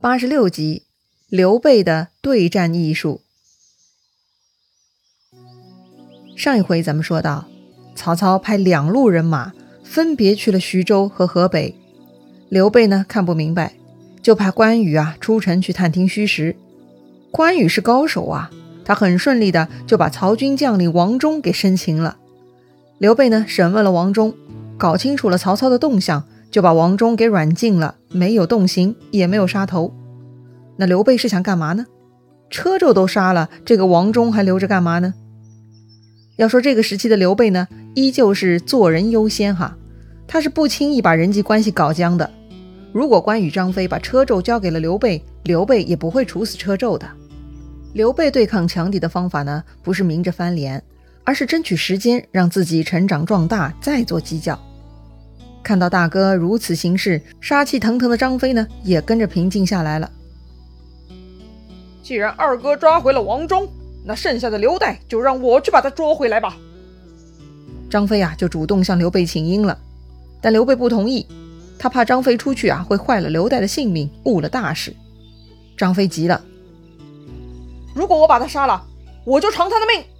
86集，刘备的对战艺术。上一回咱们说到，曹操派2路人马分别去了徐州和河北。刘备呢看不明白，就派关羽出城去探听虚实。关羽是高手啊，他很顺利的就把曹军将领王忠给生擒了。刘备呢审问了王忠，搞清楚了曹操的动向，就把王忠给软禁了，没有动刑，也没有杀头。那刘备是想干嘛呢？车胄都杀了，这个王忠还留着干嘛呢？要说这个时期的刘备呢，依旧是做人优先哈，他是不轻易把人际关系搞僵的。如果关羽、张飞把车胄交给了刘备，刘备也不会处死车胄的。刘备对抗强敌的方法呢，不是明着翻脸，而是争取时间，让自己成长壮大，再做计较。看到大哥如此行事，杀气腾腾的张飞呢，也跟着平静下来了。 既然二哥抓回了王忠，那剩下的刘岱就让我去把他捉回来吧。 张飞就主动向刘备请缨了，但刘备不同意，他怕张飞出去会坏了刘岱的性命，误了大事。张飞急了， 如果我把他杀了，我就偿他的命。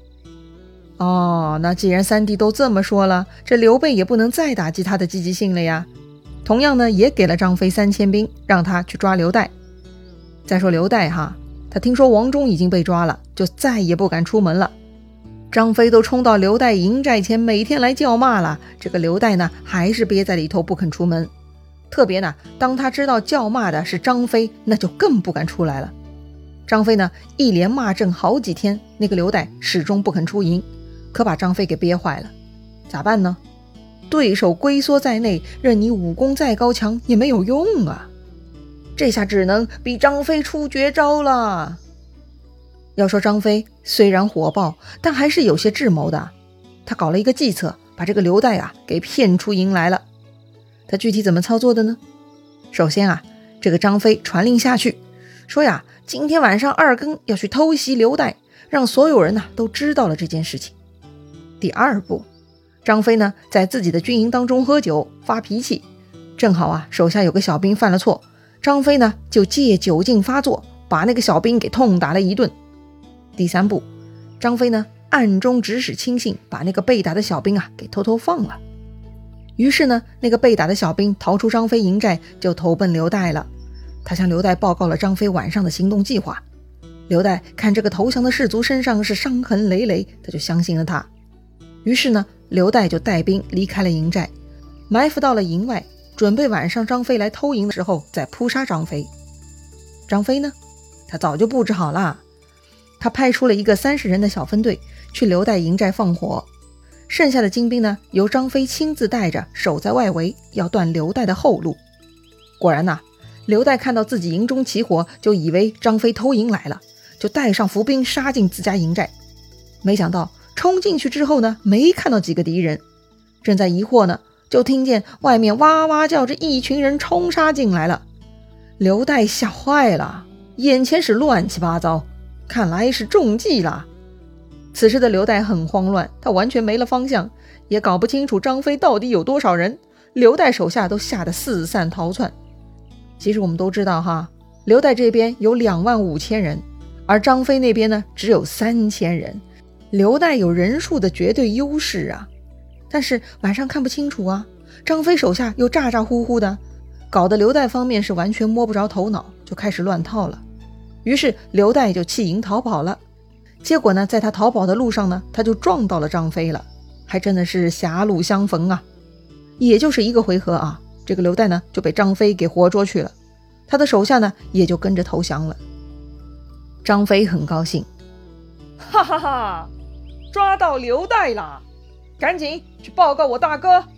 那既然三弟都这么说了，这刘备也不能再打击他的积极性了呀。同样呢，也给了张飞3000兵，让他去抓刘岱。再说刘岱他听说王忠已经被抓了，就再也不敢出门了。张飞都冲到刘岱营寨前，每天来叫骂了，这个刘岱呢，还是憋在里头不肯出门。特别呢，当他知道叫骂的是张飞，那就更不敢出来了。张飞呢，一连骂阵好几天，那个刘岱始终不肯出营，可把张飞给憋坏了。咋办呢？对手龟缩在内，任你武功再高强也没有用啊。这下只能逼张飞出绝招了。要说张飞虽然火爆，但还是有些智谋的。他搞了一个计策，把这个刘岱给骗出营来了。他具体怎么操作的呢？首先这个张飞传令下去，说今天晚上2更要去偷袭刘岱，让所有人都知道了这件事情。第2步，张飞呢在自己的军营当中喝酒发脾气，正好手下有个小兵犯了错，张飞呢就借酒劲发作，把那个小兵给痛打了一顿。第3步，张飞呢暗中指使亲信，把那个被打的小兵给偷偷放了。于是呢，那个被打的小兵逃出张飞营寨，就投奔刘岱了。他向刘岱报告了张飞晚上的行动计划。刘岱看这个投降的士卒身上是伤痕累累，他就相信了他。于是呢，刘岱就带兵离开了营寨，埋伏到了营外，准备晚上张飞来偷营的时候再扑杀张飞。张飞呢，他早就布置好了，他派出了一个30人的小分队去刘岱营寨放火，剩下的精兵呢，由张飞亲自带着守在外围，要断刘岱的后路。果然刘岱看到自己营中起火，就以为张飞偷营来了，就带上伏兵杀进自家营寨。没想到冲进去之后呢，没看到几个敌人，正在疑惑呢，就听见外面哇哇叫着一群人冲杀进来了。刘岱吓坏了，眼前是乱七八糟，看来是中计了。此时的刘岱很慌乱，他完全没了方向，也搞不清楚张飞到底有多少人，刘岱手下都吓得四散逃窜。其实我们都知道刘岱这边有25000人，而张飞那边呢只有3000人，刘岱有人数的绝对优势但是晚上看不清楚张飞手下又咋咋呼呼的，搞得刘岱方面是完全摸不着头脑，就开始乱套了。于是刘岱就弃营逃跑了。结果呢，在他逃跑的路上呢，他就撞到了张飞了，还真的是狭路相逢也就是一个回合这个刘岱呢就被张飞给活捉去了，他的手下呢也就跟着投降了。张飞很高兴， 哈哈哈，抓到刘岱了，赶紧去报告我大哥。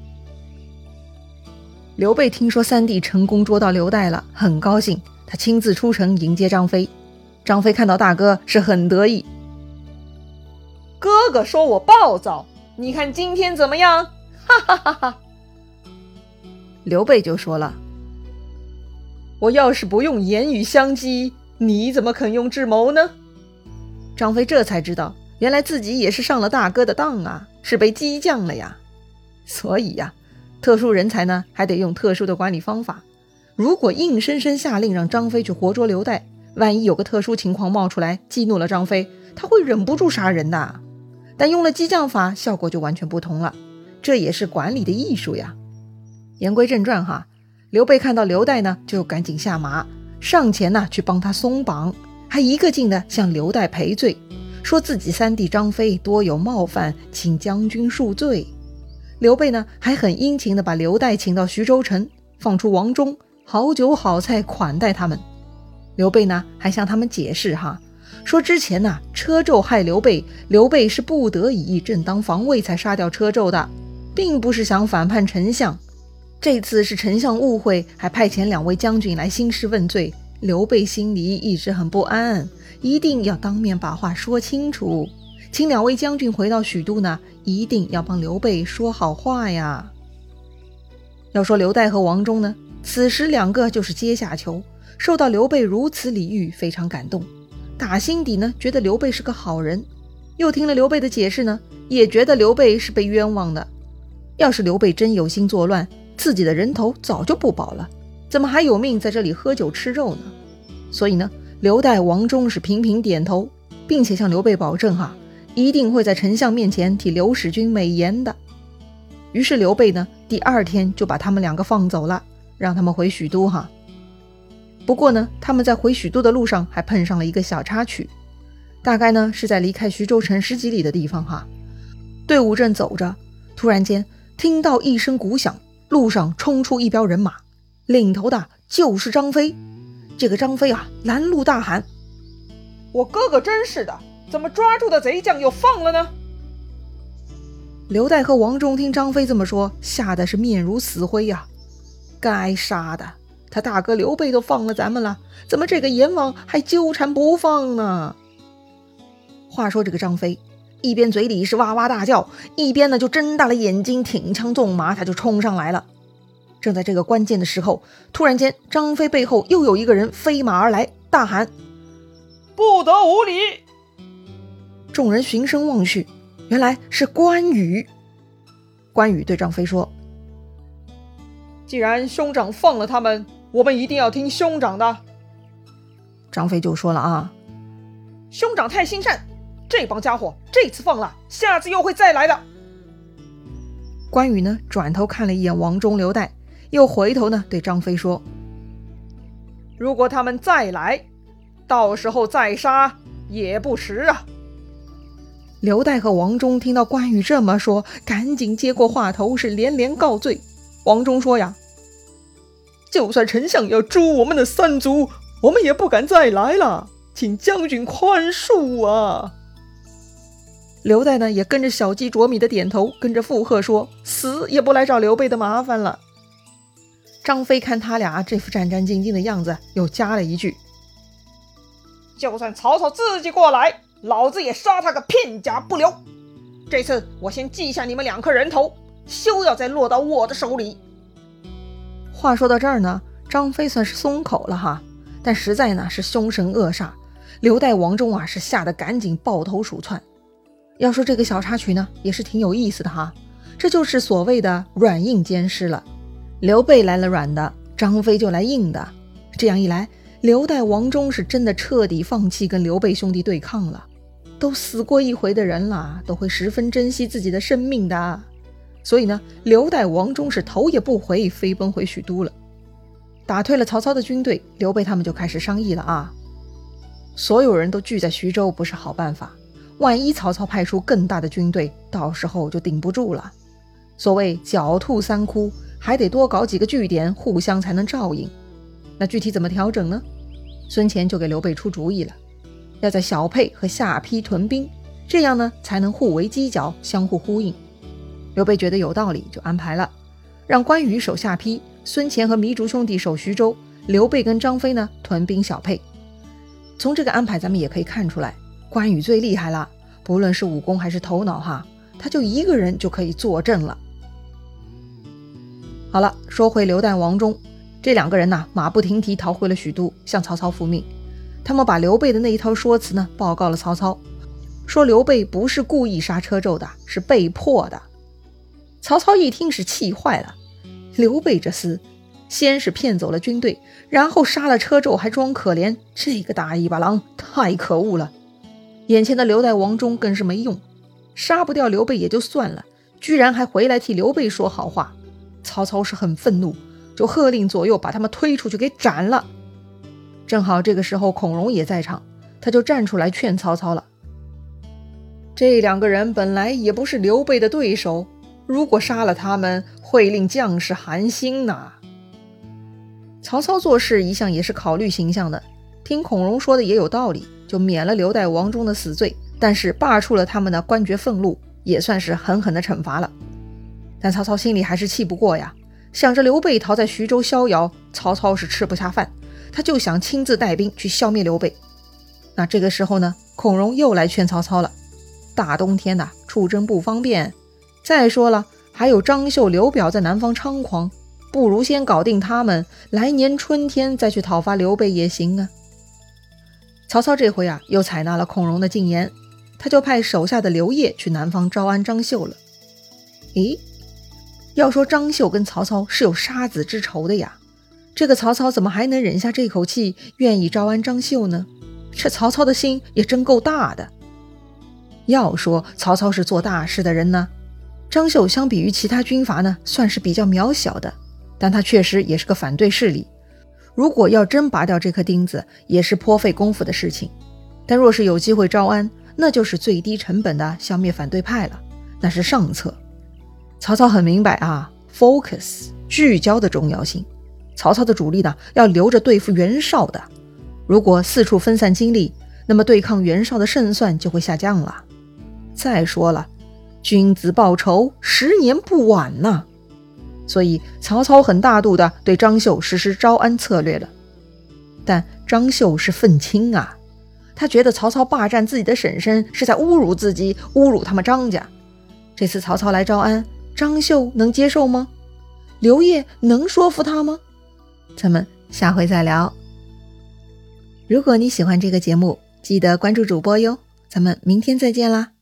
刘备听说三弟成功捉到刘岱了，很高兴，他亲自出城迎接张飞。张飞看到大哥是很得意， 哥哥说我暴躁，你看今天怎么样？哈哈哈哈。 刘备就说了， 我要是不用言语相激，你怎么肯用智谋呢？ 张飞这才知道，原来自己也是上了大哥的当是被激将了呀。所以特殊人才呢还得用特殊的管理方法， 如果硬生生下令让张飞去活捉刘岱，万一有个特殊情况冒出来，激怒了张飞，他会忍不住杀人的。但用了激将法，效果就完全不同了，这也是管理的艺术呀。言归正传哈，刘备看到刘岱呢，就赶紧下马，上前呢去帮他松绑，还一个劲的向刘岱赔罪，说自己三弟张飞多有冒犯，请将军恕罪。刘备呢还很殷勤的把刘岱请到徐州城，放出王忠，好酒好菜款待他们。刘备呢还向他们解释哈，说之前呢车胄害刘备，刘备是不得已正当防卫才杀掉车胄的，并不是想反叛丞相。这次是丞相误会，还派遣2位将军来兴师问罪，刘备心里一直很不安，一定要当面把话说清楚，请2位将军回到许都呢，一定要帮刘备说好话呀。要说刘岱和王忠呢，此时2个就是阶下囚，受到刘备如此礼遇，非常感动，打心底呢觉得刘备是个好人，又听了刘备的解释呢，也觉得刘备是被冤枉的。要是刘备真有心作乱，自己的人头早就不保了，怎么还有命在这里喝酒吃肉呢？所以呢，刘岱、王忠是频频点头，并且向刘备保证哈，一定会在丞相面前替刘使君美言的。于是刘备呢，第2天就把他们2个放走了，让他们回许都哈。不过呢，他们在回许都的路上还碰上了一个小插曲，大概呢是在离开徐州城10几里的地方哈。队伍正走着，突然间听到一声鼓响，路上冲出一彪人马，领头的就是张飞。这个张飞啊，拦路大喊： 我哥哥真是的，怎么抓住的贼将又放了呢？ 刘岱和王忠听张飞这么说，吓得是面如死灰呀。该杀的，他大哥刘备都放了咱们了，怎么这个阎王还纠缠不放呢？话说这个张飞一边嘴里是哇哇大叫，一边呢就睁大了眼睛，挺枪纵马，他就冲上来了。正在这个关键的时候，突然间张飞背后又有一个人飞马而来，大喊： 不得无礼！ 众人循声望去，原来是关羽。关羽对张飞说： 既然兄长放了他们，我们一定要听兄长的。 张飞就说了啊： 兄长太心善，这帮家伙这次放了，下次又会再来的。 关羽呢转头看了一眼王忠、刘岱，又回头呢对张飞说： 如果他们再来，到时候再杀也不迟啊。 刘岱和王忠听到关羽这么说，赶紧接过话头，是连连告罪。王忠说呀： 就算丞相要诛我们的3族，我们也不敢再来了，请将军宽恕啊。 刘岱呢也跟着小鸡啄米的点头，跟着附和说：死也不来找刘备的麻烦了。张飞看他俩这副战战兢兢的样子，又加了一句： 就算曹操自己过来，老子也杀他个片甲不留。这次我先记下你们2颗人头，休要再落到我的手里。 话说到这儿呢，张飞算是松口了哈，但实在呢是凶神恶煞，刘岱、王忠啊是吓得赶紧抱头鼠窜。要说这个小插曲呢，也是挺有意思的哈，这就是所谓的软硬兼施了。刘备来了软的，张飞就来硬的，这样一来，刘岱、王忠是真的彻底放弃跟刘备兄弟对抗了。都死过一回的人了，都会十分珍惜自己的生命的。所以呢，刘岱、王忠是头也不回，飞奔回许都了。打退了曹操的军队，刘备他们就开始商议了啊。所有人都聚在徐州不是好办法，万一曹操派出更大的军队，到时候就顶不住了。所谓狡兔3窟，还得多搞几个据点，互相才能照应。那具体怎么调整呢？孙乾就给刘备出主意了，要在小沛和下邳屯兵，这样呢才能互为犄角，相互呼应。刘备觉得有道理，就安排了让关羽守下邳，孙乾和糜竺兄弟守徐州，刘备跟张飞呢屯兵小沛。从这个安排咱们也可以看出来，关羽最厉害了，不论是武功还是头脑哈，他就一个人就可以坐镇了。好了，说回刘岱、王忠，这2个人呢马不停蹄逃回了许都，向曹操复命。他们把刘备的那一套说辞呢报告了曹操，说刘备不是故意杀车胄的，是被迫的。曹操一听是气坏了，刘备这厮先是骗走了军队，然后杀了车胄还装可怜，这个大尾巴狼太可恶了。眼前的刘代王忠更是没用，杀不掉刘备也就算了，居然还回来替刘备说好话。曹操是很愤怒，就喝令左右把他们推出去给斩了。正好这个时候孔融也在场，他就站出来劝曹操了。这两个人本来也不是刘备的对手，如果杀了他们，会令将士寒心呐。曹操做事一向也是考虑形象的，听孔融说的也有道理，就免了刘代王忠的死罪，但是罢黜了他们的官爵俸禄，也算是狠狠的惩罚了。但曹操心里还是气不过呀，想着刘备逃在徐州逍遥，曹操是吃不下饭，他就想亲自带兵去消灭刘备。那这个时候呢，孔融又来劝曹操了，大冬天的出征不方便，再说了还有张绣、刘表在南方猖狂，不如先搞定他们，来年春天再去讨伐刘备也行啊。曹操这回又采纳了孔融的进言，他就派手下的刘烨去南方招安张绣了。诶，要说张绣跟曹操是有杀子之仇的呀，这个曹操怎么还能忍下这口气，愿意招安张绣呢？这曹操的心也真够大的。要说曹操是做大事的人呢，张绣相比于其他军阀呢，算是比较渺小的，但他确实也是个反对势力。如果要真拔掉这颗钉子，也是颇费功夫的事情。但若是有机会招安，那就是最低成本的消灭反对派了，那是上策。曹操很明白focus 聚焦的重要性。曹操的主力呢，要留着对付袁绍的。如果四处分散精力，那么对抗袁绍的胜算就会下降了。再说了，君子报仇，10年不晚呐。所以曹操很大度的对张绣实施招安策略了。但张绣是愤青啊，他觉得曹操霸占自己的婶婶是在侮辱自己，侮辱他们张家。这次曹操来招安，张绣能接受吗？刘烨能说服他吗？咱们下回再聊。如果你喜欢这个节目，记得关注主播哟，咱们明天再见啦。